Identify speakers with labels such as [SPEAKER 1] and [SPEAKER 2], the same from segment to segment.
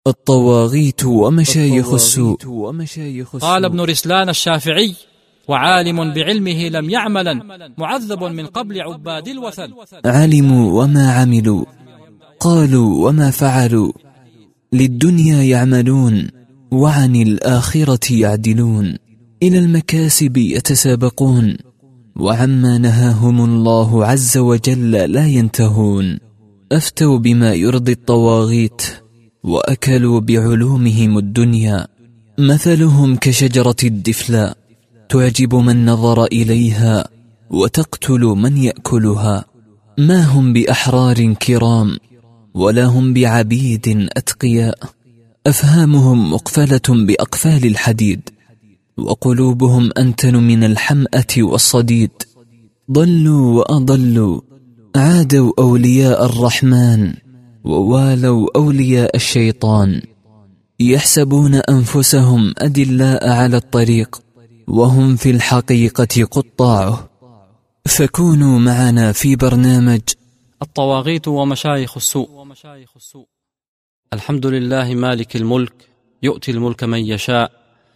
[SPEAKER 1] الطواغيت ومشايخ السوء.
[SPEAKER 2] قال ابن رسلان الشافعي: وعالم بعلمه لم يعملا معذب من قبل عباد الوثن.
[SPEAKER 1] علموا وما عملوا، قالوا وما فعلوا، للدنيا يعملون وعن الآخرة يعدلون، إلى المكاسب يتسابقون، وعما نهاهم الله عز وجل لا ينتهون. أفتوا بما يرضي الطواغيت، وأكلوا بعلومهم الدنيا. مثلهم كشجرة الدفلاء، تعجب من نظر إليها وتقتل من يأكلها. ما هم بأحرار كرام، ولا هم بعبيد أتقياء. أفهامهم مقفلة بأقفال الحديد، وقلوبهم أنتن من الحمأة والصديد. ضلوا وأضلوا، عادوا أولياء الرحمن ووالوا أولياء الشيطان. يحسبون أنفسهم أدلاء على الطريق، وهم في الحقيقة قطاعه. فكونوا معنا في برنامج
[SPEAKER 2] الطواغيت ومشايخ السوء. الحمد لله مالك الملك، يؤتي الملك من يشاء،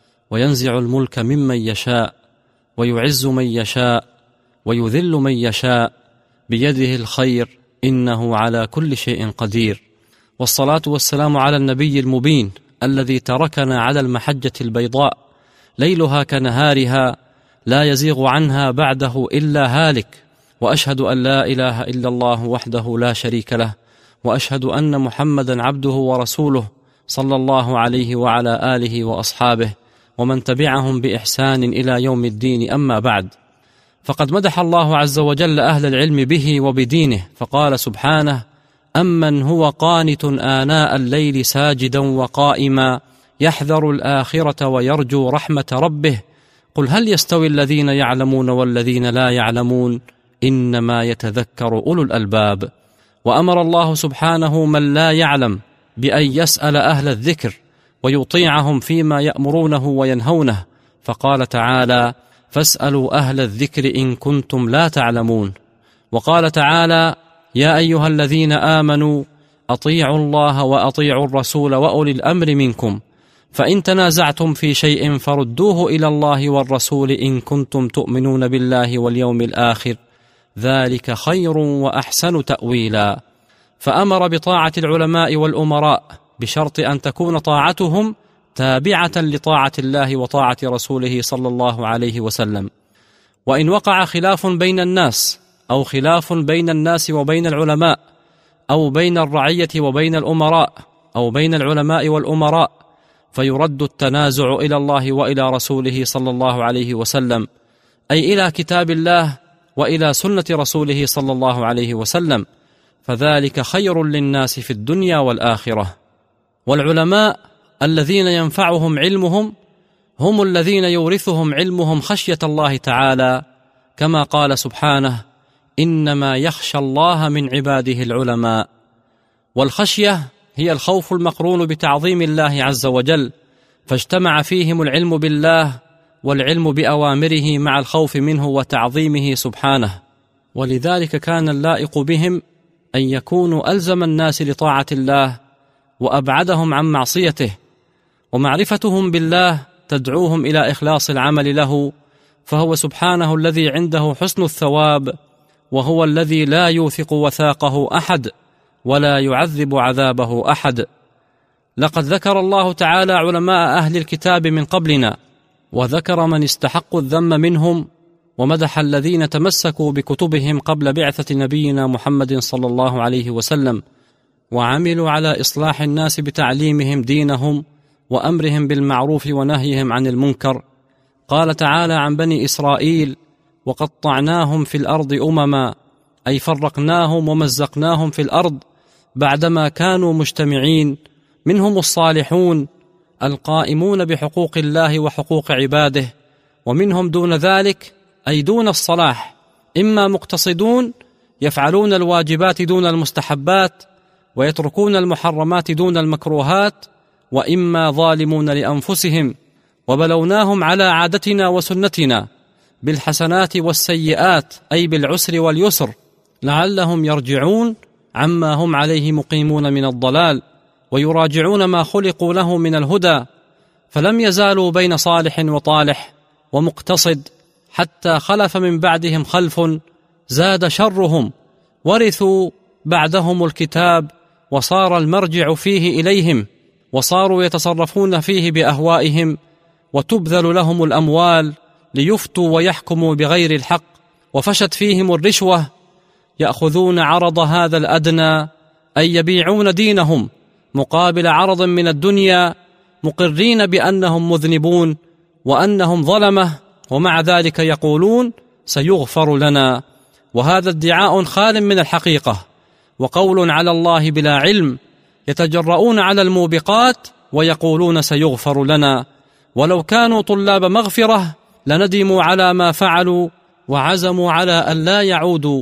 [SPEAKER 2] وينزع الملك ممن يشاء، ويعز من يشاء، ويذل من يشاء، بيده الخير، إنه على كل شيء قدير. والصلاة والسلام على النبي المبين الذي تركنا على المحجة البيضاء، ليلها كنهارها، لا يزيغ عنها بعده إلا هالك. وأشهد أن لا إله إلا الله وحده لا شريك له، وأشهد أن محمدا عبده ورسوله، صلى الله عليه وعلى آله وأصحابه ومن تبعهم بإحسان إلى يوم الدين. أما بعد، فقد مدح الله عز وجل أهل العلم به وبدينه، فقال سبحانه: أمن هو قانت آناء الليل ساجدا وقائما يحذر الآخرة ويرجو رحمة ربه، قل هل يستوي الذين يعلمون والذين لا يعلمون، إنما يتذكر أولو الألباب. وأمر الله سبحانه من لا يعلم بأن يسأل أهل الذكر ويطيعهم فيما يأمرونه وينهونه، فقال تعالى: فاسألوا أهل الذكر إن كنتم لا تعلمون. وقال تعالى: يا أيها الذين آمنوا أطيعوا الله وأطيعوا الرسول وأولي الأمر منكم، فإن تنازعتم في شيء فردوه إلى الله والرسول إن كنتم تؤمنون بالله واليوم الآخر، ذلك خير وأحسن تأويلا. فأمر بطاعة العلماء والأمراء بشرط أن تكون طاعتهم تابعة لطاعة الله وطاعة رسوله صلى الله عليه وسلم. وإن وقع خلاف بين الناس، أو خلاف بين الناس وبين العلماء، أو بين الرعية وبين الأمراء، أو بين العلماء والأمراء، فيرد التنازع إلى الله وإلى رسوله صلى الله عليه وسلم، أي إلى كتاب الله وإلى سنة رسوله صلى الله عليه وسلم، فذلك خير للناس في الدنيا والآخرة. والعلماء الذين ينفعهم علمهم هم الذين يورثهم علمهم خشية الله تعالى، كما قال سبحانه: إنما يخشى الله من عباده العلماء. والخشية هي الخوف المقرون بتعظيم الله عز وجل، فاجتمع فيهم العلم بالله والعلم بأوامره مع الخوف منه وتعظيمه سبحانه. ولذلك كان اللائق بهم أن يكونوا ألزم الناس لطاعة الله وأبعدهم عن معصيته، ومعرفتهم بالله تدعوهم إلى إخلاص العمل له، فهو سبحانه الذي عنده حسن الثواب، وهو الذي لا يوثق وثاقه أحد ولا يعذب عذابه أحد. لقد ذكر الله تعالى علماء أهل الكتاب من قبلنا، وذكر من استحقوا الذم منهم، ومدح الذين تمسكوا بكتبهم قبل بعثة نبينا محمد صلى الله عليه وسلم، وعملوا على إصلاح الناس بتعليمهم دينهم وأمرهم بالمعروف ونهيهم عن المنكر. قال تعالى عن بني إسرائيل: وقطعناهم في الأرض أمما، أي فرقناهم ومزقناهم في الأرض بعدما كانوا مجتمعين، منهم الصالحون القائمون بحقوق الله وحقوق عباده، ومنهم دون ذلك أي دون الصلاح، إما مقتصدون يفعلون الواجبات دون المستحبات ويتركون المحرمات دون المكروهات، وإما ظالمون لأنفسهم. وبلوناهم على عادتنا وسنتنا بالحسنات والسيئات، أي بالعسر واليسر، لعلهم يرجعون عما هم عليه مقيمون من الضلال. ويراجعون ما خلقوا له من الهدى، فلم يزالوا بين صالح وطالح ومقتصد، حتى خلف من بعدهم خلف زاد شرهم ورثوا بعدهم الكتاب، وصار المرجع فيه إليهم، وصاروا يتصرفون فيه بأهوائهم، وتبذل لهم الأموال ليفتوا ويحكموا بغير الحق، وفشت فيهم الرشوة، يأخذون عرض هذا الأدنى، أي يبيعون دينهم مقابل عرض من الدنيا، مقرين بأنهم مذنبون وأنهم ظلمة، ومع ذلك يقولون سيغفر لنا، وهذا ادعاء خال من الحقيقة، وقول على الله بلا علم، يتجرؤون على الموبقات ويقولون سيغفر لنا، ولو كانوا طلاب مغفرة لندموا على ما فعلوا وعزموا على أن لا يعودوا،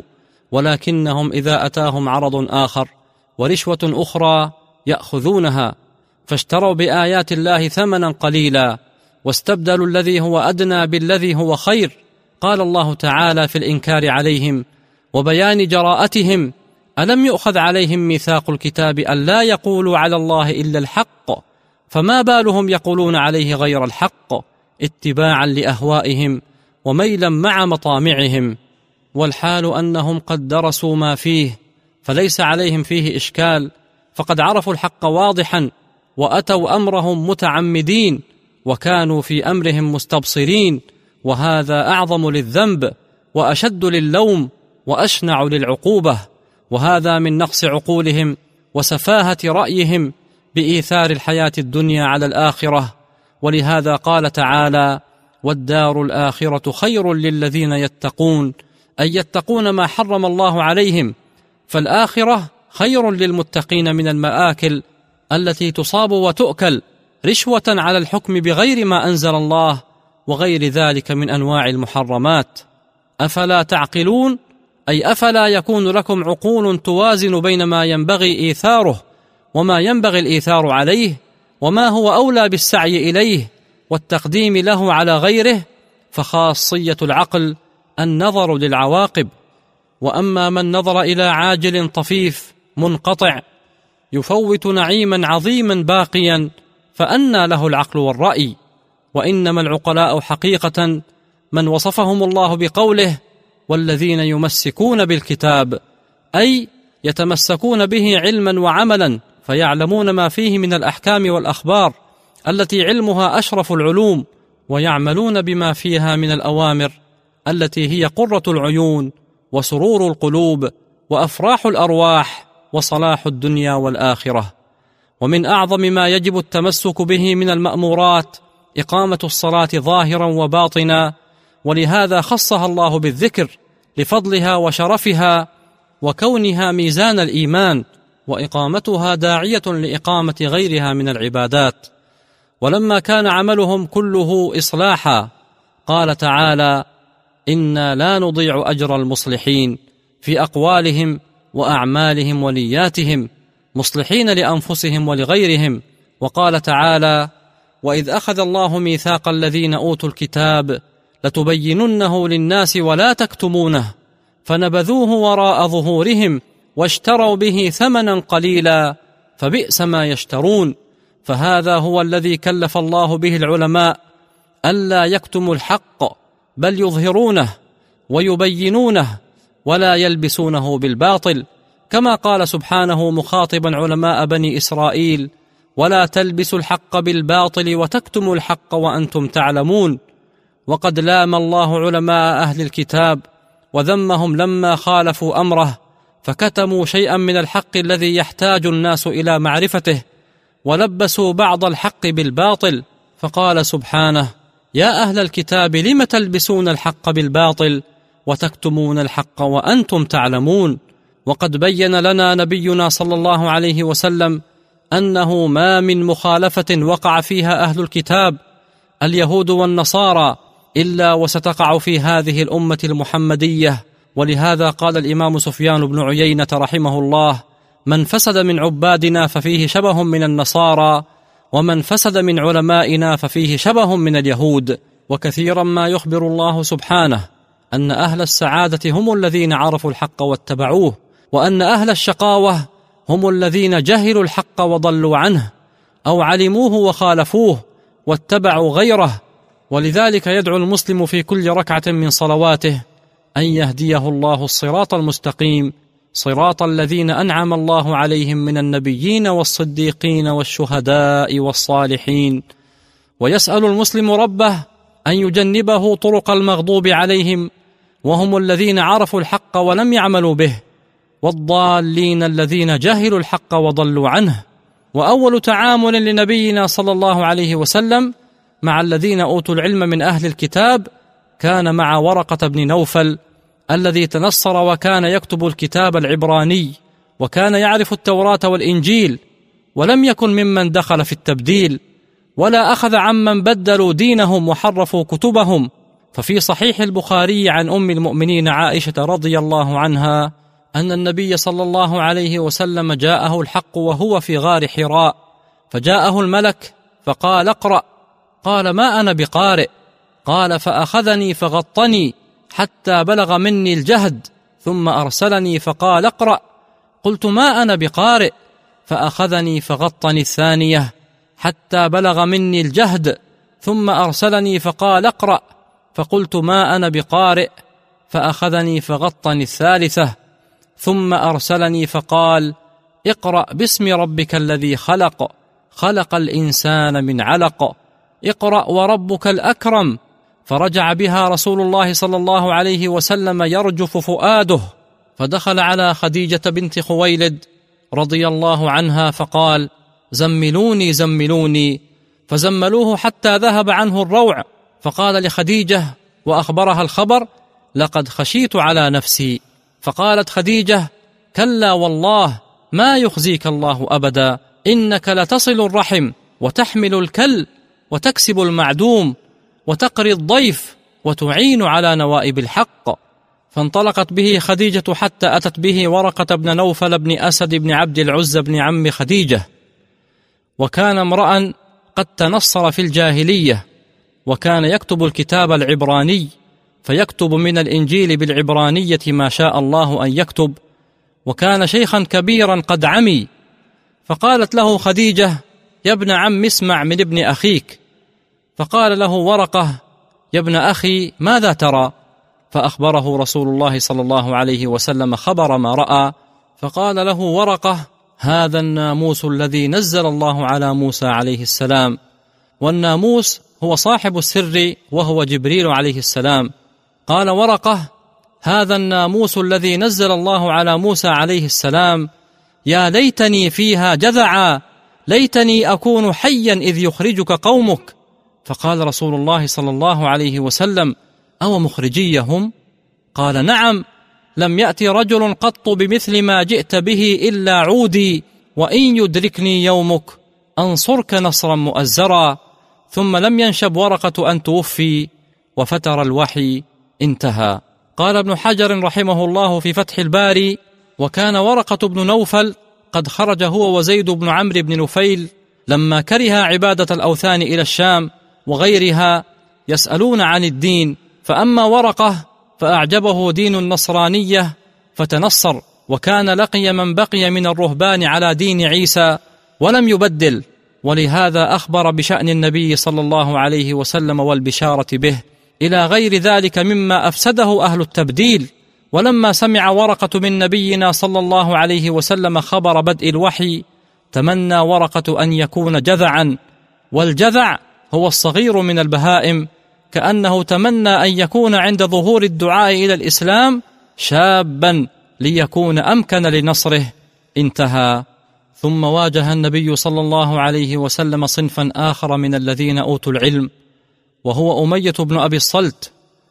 [SPEAKER 2] ولكنهم إذا أتاهم عرض آخر ورشوة أخرى يأخذونها، فاشتروا بآيات الله ثمنا قليلا، واستبدلوا الذي هو أدنى بالذي هو خير. قال الله تعالى في الإنكار عليهم وبيان جراءتهم: ألم يؤخذ عليهم ميثاق الكتاب أن لا يقولوا على الله إلا الحق، فما بالهم يقولون عليه غير الحق، اتباعا لأهوائهم وميلا مع مطامعهم، والحال أنهم قد درسوا ما فيه، فليس عليهم فيه إشكال، فقد عرفوا الحق واضحا، وأتوا أمرهم متعمدين، وكانوا في أمرهم مستبصرين، وهذا أعظم للذنب وأشد للوم وأشنع للعقوبة، وهذا من نقص عقولهم وسفاهة رأيهم بإيثار الحياة الدنيا على الآخرة. ولهذا قال تعالى: والدار الآخرة خير للذين يتقون، أي يتقون ما حرم الله عليهم، فالآخرة خير للمتقين من المآكل التي تصاب وتؤكل رشوة على الحكم بغير ما أنزل الله، وغير ذلك من أنواع المحرمات. أفلا تعقلون؟ أي أفلا يكون لكم عقول توازن بين ما ينبغي إيثاره وما ينبغي الإيثار عليه، وما هو أولى بالسعي إليه والتقديم له على غيره؟ فخاصية العقل النظر للعواقب، وأما من نظر إلى عاجل طفيف منقطع يفوت نعيما عظيما باقيا، فأنى له العقل والرأي. وإنما العقلاء حقيقة من وصفهم الله بقوله: والذين يمسكون بالكتاب، أي يتمسكون به علما وعملا، فيعلمون ما فيه من الأحكام والأخبار التي علمها أشرف العلوم، ويعملون بما فيها من الأوامر التي هي قرة العيون وسرور القلوب وأفراح الأرواح وصلاح الدنيا والآخرة. ومن أعظم ما يجب التمسك به من المأمورات إقامة الصلاة ظاهرا وباطنا، ولهذا خصها الله بالذكر لفضلها وشرفها وكونها ميزان الإيمان، وإقامتها داعية لإقامة غيرها من العبادات. ولما كان عملهم كله إصلاحا قال تعالى: إنا لا نضيع أجر المصلحين في أقوالهم وأعمالهم ونياتهم، مصلحين لأنفسهم ولغيرهم. وقال تعالى: وإذ أخذ الله ميثاق الذين أوتوا الكتاب لتبيننه للناس ولا تكتمونه فنبذوه وراء ظهورهم واشتروا به ثمنا قليلا فبئس ما يشترون. فهذا هو الذي كلف الله به العلماء ألا يكتموا الحق، بل يظهرونه ويبينونه ولا يلبسونه بالباطل، كما قال سبحانه مخاطبا علماء بني إسرائيل: ولا تلبسوا الحق بالباطل وتكتموا الحق وأنتم تعلمون. وقد لام الله علماء أهل الكتاب وذمهم لما خالفوا أمره، فكتموا شيئا من الحق الذي يحتاج الناس إلى معرفته، ولبسوا بعض الحق بالباطل، فقال سبحانه: يا أهل الكتاب لم تلبسون الحق بالباطل وتكتمون الحق وأنتم تعلمون. وقد بين لنا نبينا صلى الله عليه وسلم أنه ما من مخالفة وقع فيها أهل الكتاب اليهود والنصارى إلا وستقع في هذه الأمة المحمدية. ولهذا قال الإمام سفيان بن عيينة رحمه الله: من فسد من عبادنا ففيه شبه من النصارى، ومن فسد من علمائنا ففيه شبه من اليهود. وكثيرا ما يخبر الله سبحانه أن أهل السعادة هم الذين عرفوا الحق واتبعوه، وأن أهل الشقاوة هم الذين جهلوا الحق وضلوا عنه، أو علموه وخالفوه واتبعوا غيره. ولذلك يدعو المسلم في كل ركعة من صلواته أن يهديه الله الصراط المستقيم، صراط الذين أنعم الله عليهم من النبيين والصديقين والشهداء والصالحين. ويسأل المسلم ربه أن يجنبه طرق المغضوب عليهم، وهم الذين عرفوا الحق ولم يعملوا به، والضالين الذين جهلوا الحق وضلوا عنه. وأول تعامل لنبينا صلى الله عليه وسلم مع الذين أوتوا العلم من أهل الكتاب كان مع ورقة بن نوفل الذي تنصر وكان يكتب الكتاب العبراني، وكان يعرف التوراة والإنجيل، ولم يكن ممن دخل في التبديل، ولا أخذ عمن بدلوا دينهم وحرفوا كتبهم. ففي صحيح البخاري عن أم المؤمنين عائشة رضي الله عنها أن النبي صلى الله عليه وسلم جاءه الحق وهو في غار حراء، فجاءه الملك فقال: اقرأ. قال: ما أنا بقارئ. قال: فأخذني فغطني حتى بلغ مني الجهد، ثم أرسلني فقال: اقرأ. قلت: ما أنا بقارئ. فأخذني فغطني الثانية حتى بلغ مني الجهد، ثم أرسلني فقال: اقرأ. فقلت: ما أنا بقارئ. فأخذني فغطني الثالثة، ثم أرسلني فقال: اقرأ باسم ربك الذي خلق، خلق الإنسان من علق، اقرأ وربك الأكرم. فرجع بها رسول الله صلى الله عليه وسلم يرجف فؤاده، فدخل على خديجة بنت خويلد رضي الله عنها فقال: زملوني زملوني. فزملوه حتى ذهب عنه الروع، فقال لخديجة وأخبرها الخبر: لقد خشيت على نفسي. فقالت خديجة: كلا والله ما يخزيك الله أبدا، إنك لتصل الرحم وتحمل الكل وتكسب المعدوم وتقري الضيف وتعين على نوائب الحق. فانطلقت به خديجة حتى أتت به ورقة بن نوفل بن أسد بن عبد العزى بن عم خديجة، وكان امرأ قد تنصر في الجاهلية، وكان يكتب الكتاب العبراني، فيكتب من الإنجيل بالعبرانية ما شاء الله أن يكتب، وكان شيخا كبيرا قد عمي. فقالت له خديجة: يا ابن عم اسمع من ابن أخيك. فقال له ورقة: يا ابن أخي ماذا ترى؟ فأخبره رسول الله صلى الله عليه وسلم خبر ما رأى. فقال له ورقة: هذا الناموس الذي نزل الله على موسى عليه السلام. والناموس هو صاحب السر وهو جبريل عليه السلام. قال ورقة: هذا الناموس الذي نزل الله على موسى عليه السلام، يا ليتني فيها جذعا، ليتني أكون حيا إذ يخرجك قومك. فقال رسول الله صلى الله عليه وسلم: أو مخرجيهم؟ قال: نعم، لم يأتي رجل قط بمثل ما جئت به إلا عودي، وإن يدركني يومك أنصرك نصرا مؤزرا. ثم لم ينشب ورقة أن توفي وفتر الوحي. انتهى. قال ابن حجر رحمه الله في فتح الباري: وكان ورقة بن نوفل قد خرج هو وزيد بن عمرو بن نفيل لما كره عبادة الأوثان إلى الشام وغيرها يسألون عن الدين، فأما ورقة فأعجبه دين النصرانية فتنصر، وكان لقي من بقي من الرهبان على دين عيسى ولم يبدل، ولهذا أخبر بشأن النبي صلى الله عليه وسلم والبشارة به، إلى غير ذلك مما أفسده أهل التبديل. ولما سمع ورقة من نبينا صلى الله عليه وسلم خبر بدء الوحي تمنى ورقة أن يكون جذعا، والجذع هو الصغير من البهائم، كأنه تمنى أن يكون عند ظهور الدعاء إلى الإسلام شابا ليكون أمكن لنصره. انتهى. ثم واجه النبي صلى الله عليه وسلم صنفا آخر من الذين أوتوا العلم، وهو أمية بن أبي الصلت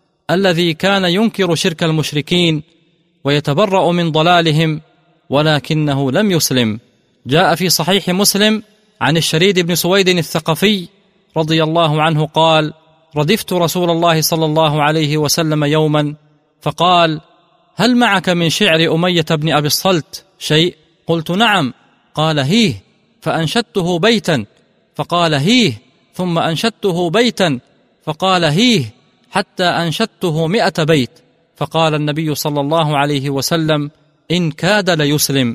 [SPEAKER 2] الذي كان ينكر شرك المشركين ويتبرأ من ضلالهم، ولكنه لم يسلم. جاء في صحيح مسلم عن الشريد بن سويد الثقفي رضي الله عنه قال: ردفت رسول الله صلى الله عليه وسلم يوما فقال: هل معك من شعر أمية بن أبي الصلت شيء؟ قلت: نعم. قال: هيه. فأنشدته بيتا، فقال: هيه. ثم أنشدته بيتا، فقال: هيه، حتى أنشدته 100 بيت. فقال النبي صلى الله عليه وسلم: إن كاد ليسلم.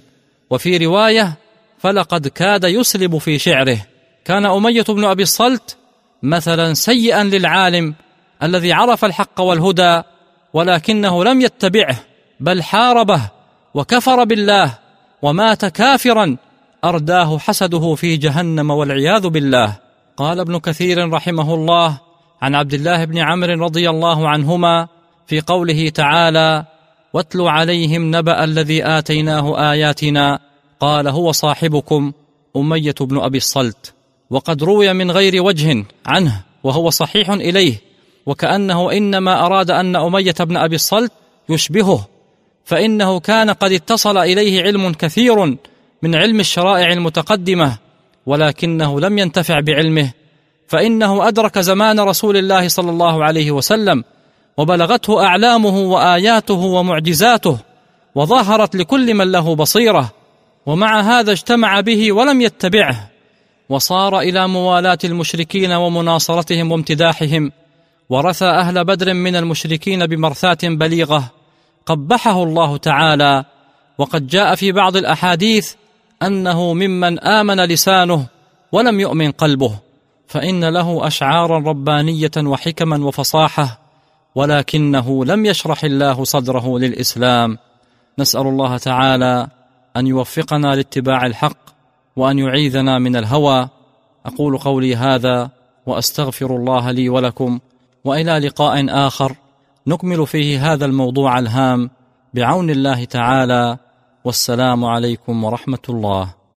[SPEAKER 2] وفي رواية فلقد كاد يسلب في شعره. كان أمية بن أبي الصلت مثلا سيئا للعالم الذي عرف الحق والهدى ولكنه لم يتبعه، بل حاربه وكفر بالله ومات كافرا أرداه حسده في جهنم والعياذ بالله. قال ابن كثير رحمه الله عن عبد الله بن عمرو رضي الله عنهما في قوله تعالى: واتل عليهم نبأ الذي آتيناه آياتنا قال هو صاحبكم أمية بن أبي الصلت. وقد روي من غير وجه عنه وهو صحيح إليه، وكأنه إنما أراد أن أمية بن أبي الصلت يشبهه، فإنه كان قد اتصل إليه علم كثير من علم الشرائع المتقدمة ولكنه لم ينتفع بعلمه، فإنه أدرك زمان رسول الله صلى الله عليه وسلم وبلغته أعلامه وآياته ومعجزاته وظهرت لكل من له بصيرة، ومع هذا اجتمع به ولم يتبعه، وصار إلى موالاة المشركين ومناصرتهم وامتداحهم، ورثى أهل بدر من المشركين بمرثاة بليغة قبحه الله تعالى. وقد جاء في بعض الأحاديث أنه ممن آمن لسانه ولم يؤمن قلبه، فإن له أشعارا ربانية وحكما وفصاحة، ولكنه لم يشرح الله صدره للإسلام. نسأل الله تعالى أن يوفقنا لاتباع الحق وأن يعيذنا من الهوى. أقول قولي هذا وأستغفر الله لي ولكم، وإلى لقاء آخر نكمل فيه هذا الموضوع الهام بعون الله تعالى، والسلام عليكم ورحمة الله.